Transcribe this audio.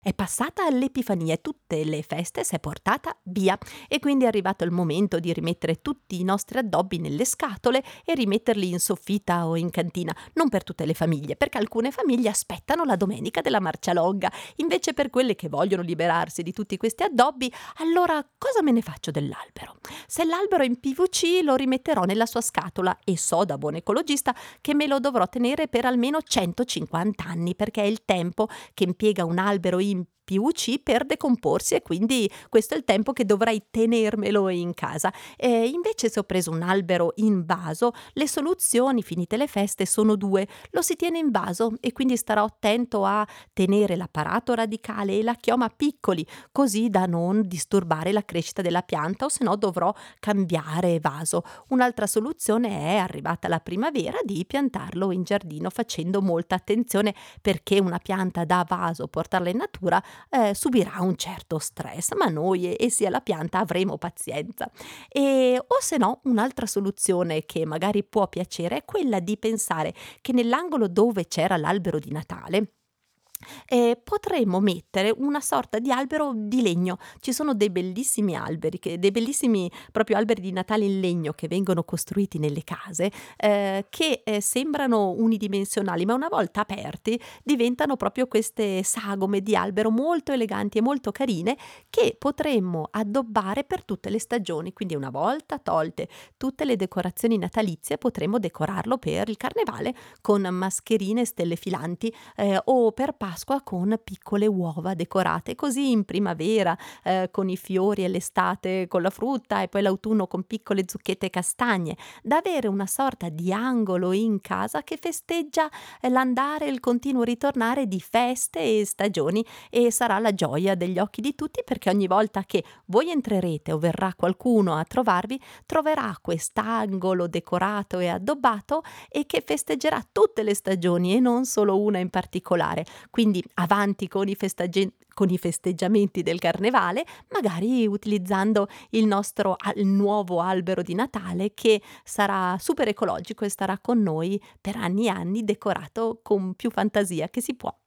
È passata l'Epifania e tutte le feste s'è portata via e quindi è arrivato il momento di rimettere tutti i nostri addobbi nelle scatole e rimetterli in soffitta o in cantina. Non per tutte le famiglie, perché alcune famiglie aspettano la domenica della Marcialogga. Invece per quelle che vogliono liberarsi di tutti questi addobbi, allora cosa me ne faccio dell'albero? Se l'albero è in PVC lo rimetterò nella sua scatola e so da buon ecologista che me lo dovrò tenere per almeno 150 anni, perché è il tempo che impiega un albero in PVC per decomporsi e quindi questo è il tempo che dovrei tenermelo in casa. Invece se ho preso un albero in vaso, le soluzioni, finite le feste, sono due. Lo si tiene in vaso e quindi starò attento a tenere l'apparato radicale e la chioma piccoli, così da non disturbare la crescita della pianta o se no dovrò cambiare vaso. Un'altra soluzione è, arrivata la primavera, di piantarlo in giardino facendo molta attenzione perché una pianta da vaso, portarla in natura, subirà un certo stress, ma noi e sia la pianta avremo pazienza. O se no, un'altra soluzione che magari può piacere è quella di pensare che nell'angolo dove c'era l'albero di Natale potremmo mettere una sorta di albero di legno. Ci sono dei bellissimi alberi, dei bellissimi proprio alberi di Natale in legno che vengono costruiti nelle case, che sembrano unidimensionali, ma una volta aperti diventano proprio queste sagome di albero molto eleganti e molto carine che potremmo addobbare per tutte le stagioni. Quindi una volta tolte tutte le decorazioni natalizie potremmo decorarlo per il carnevale con mascherine e stelle filanti, o per Pasqua con piccole uova decorate, così in primavera, con i fiori e l'estate con la frutta e poi l'autunno con piccole zucchette castagne, da avere una sorta di angolo in casa che festeggia l'andare e il continuo ritornare di feste e stagioni e sarà la gioia degli occhi di tutti perché ogni volta che voi entrerete o verrà qualcuno a trovarvi, troverà quest'angolo decorato e addobbato e che festeggerà tutte le stagioni e non solo una in particolare. Quindi avanti con con i festeggiamenti del carnevale, magari utilizzando il nuovo albero di Natale che sarà super ecologico e starà con noi per anni e anni decorato con più fantasia che si può.